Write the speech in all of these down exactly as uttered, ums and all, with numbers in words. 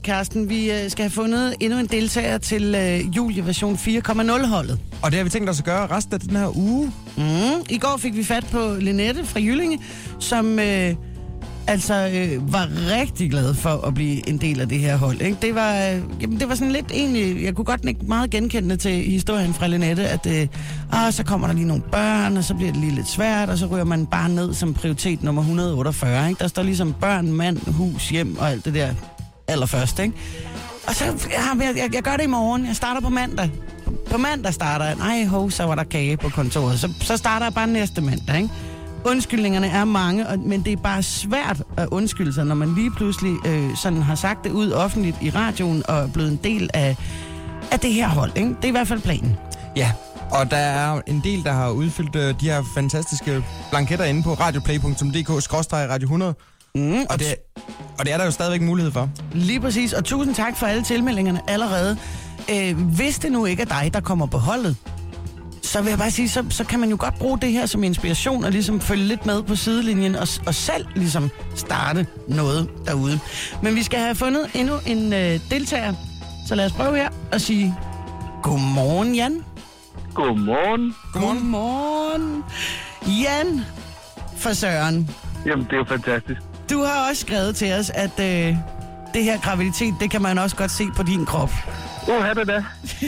Karsten, vi øh, skal have fundet endnu en deltager til øh, Julie version fire komma nul-holdet. Og det har vi tænkt os at gøre resten af den her uge. Mm. I går fik vi fat på Linette fra Jyllinge, som øh, altså øh, var rigtig glad for at blive en del af det her hold. Ikke? Det, var, øh, jamen, det var sådan lidt egentlig, jeg kunne godt ikke meget genkende til historien fra Linette, at øh, åh, så kommer der lige nogle børn, og så bliver det lige lidt svært, og så ryger man bare ned som prioritet nummer et hundrede otteogfyrre. Ikke? Der står ligesom børn, mand, hus, hjem og alt det der allerførst. Ikke? Og så, ja, jeg, jeg, jeg gør det i morgen, jeg starter på mandag. På mandag starter jeg, nej ho, så var der kage på kontoret, så, så starter jeg bare næste mandag, ikke? Undskyldningerne er mange, og, men det er bare svært at undskylde sig, når man lige pludselig øh, sådan har sagt det ud offentligt i radioen og er blevet en del af, af det her hold. Ikke? Det er i hvert fald planen. Ja, og der er en del, der har udfyldt øh, de her fantastiske blanketter inde på radioplay punktum d k skråstreg radio hundrede. Mm, og, det, og det er der jo stadigvæk mulighed for. Lige præcis, og tusind tak for alle tilmeldingerne allerede. Øh, hvis det nu ikke er dig, der kommer på holdet, så vil jeg bare sige, så, så kan man jo godt bruge det her som inspiration og ligesom følge lidt med på sidelinjen og, og selv ligesom starte noget derude. Men vi skal have fundet endnu en øh, deltager, så lad os prøve her og sige godmorgen, Jan. Godmorgen. Godmorgen. Godmorgen. Jan for Søren. Jamen, det er jo fantastisk. Du har også skrevet til os, at øh, det her graviditet, det kan man også godt se på din krop. Åh, er det da.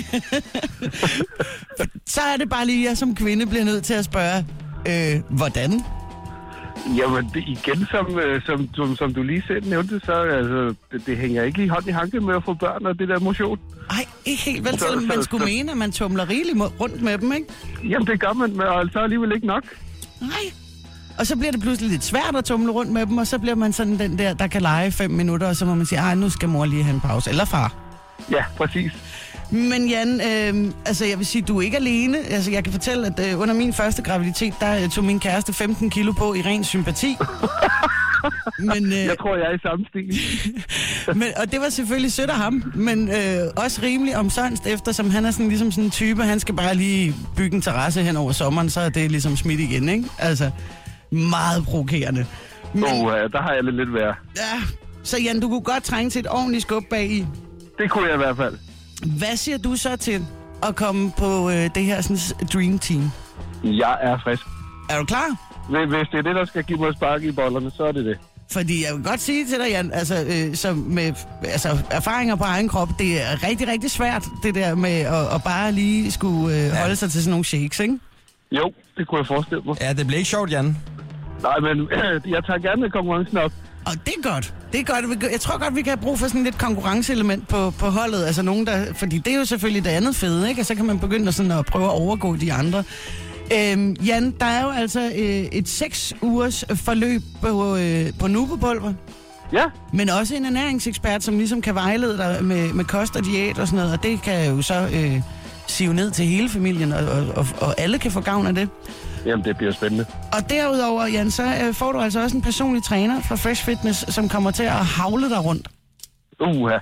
Så er det bare lige, at jeg som kvinde bliver nødt til at spørge, øh, hvordan? Jamen, det, igen, som, øh, som, som, som du lige selv nævnte, så altså, det, det hænger ikke lige hånd i hanke med at få børn og det der motion. Ej, ikke helt vel, Så- selvom man så- skulle så- mene, at man tumler rigeligt mo- rundt med dem, ikke? Jamen, det gør man, men altså alligevel ikke nok. Nej. Og så bliver det pludselig lidt svært at tumle rundt med dem, og så bliver man sådan den der, der kan lege fem minutter, og så må man sige, ej, nu skal mor lige have en pause. Eller far. Ja, præcis. Men Jan, øh, altså jeg vil sige, du er ikke alene. Altså jeg kan fortælle, at øh, under min første graviditet, der øh, tog min kæreste femten kilo på i ren sympati. Men, øh, Jeg tror, jeg er i samme stil. men, og det var selvfølgelig sødt af ham, men øh, også rimelig omsonst, eftersom han er sådan, ligesom sådan en type, han skal bare lige bygge en terrasse hen over sommeren, så er det ligesom smidt igen, ikke? Altså, meget provokerende. Men, Åh, oh, der har jeg lidt lidt værd. ja, så Jan, du kunne godt trænge til et ordentligt skub bag i. Det kunne jeg i hvert fald. Hvad siger du så til at komme på øh, det her sådan, dream team? Jeg er frisk. Er du klar? Hvis det er det, der skal give mig spark i bollerne, så er det det. Fordi jeg vil godt sige til dig, Jan, altså, øh, så med altså, erfaringer på egen krop, det er rigtig, rigtig svært, det der med at, at bare lige skulle øh, holde sig til sådan nogle shakes, ikke? Jo, det kunne jeg forestille mig. Ja, det bliver ikke sjovt, Jan. Nej, men jeg tager gerne konkurrencen op. Og det er godt. Det er godt. Jeg tror godt, vi kan have brug for sådan lidt konkurrenceelement på, på holdet. Altså nogen, der, fordi det er jo selvfølgelig det andet fede, ikke? Og så kan man begynde sådan at prøve at overgå de andre. Øhm, Jan, der er jo altså øh, et seks ugers forløb på, øh, på Nubopulver. Ja, Men også en ernæringsekspert, som ligesom kan vejlede dig med, med kost og diæt og sådan noget. Og det kan jo så øh, sive ned til hele familien, og, og, og, og alle kan få gavn af det. jamen det bliver spændende. Og derudover, Jan, så øh, får du altså også en personlig træner fra Fresh Fitness, som kommer til at havle dig rundt. Uha.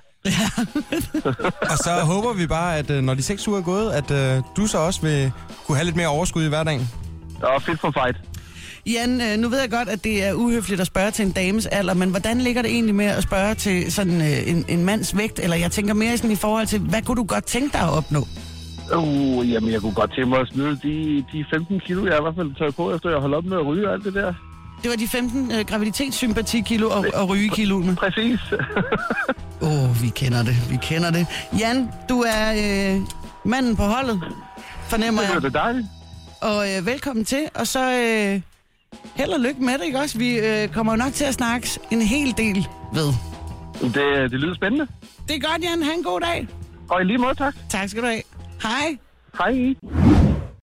Og så håber vi bare, at øh, når de seks uger er gået, at øh, du så også vil kunne have lidt mere overskud i hverdagen. Og fedt for fight. Jan, øh, nu ved jeg godt, at det er uhøfligt at spørge til en dames alder, men hvordan ligger det egentlig med at spørge til sådan øh, en, en mands vægt? Eller jeg tænker mere sådan i forhold til, hvad kunne du godt tænke dig at opnå? Uh, jamen, jeg kunne godt tænke mig at smide de, de femten kilo, jeg har i hvert fald taget på, efter jeg holdt op med at ryge og alt det der. Det var de femten øh, graviditetssympatikilo og, og rygekiloene. Præcis. Åh, oh, vi kender det, vi kender det. Jan, du er øh, manden på holdet, fornemmer Det jeg. er det dejligt. Og øh, velkommen til, og så øh, held og lykke med det, ikke også? Vi øh, kommer jo nok til at snakke en hel del ved. Det, det lyder spændende. Det er godt, Jan. Ha' en god dag. Og i lige måde, tak. Tak skal du have. Hej. Hej.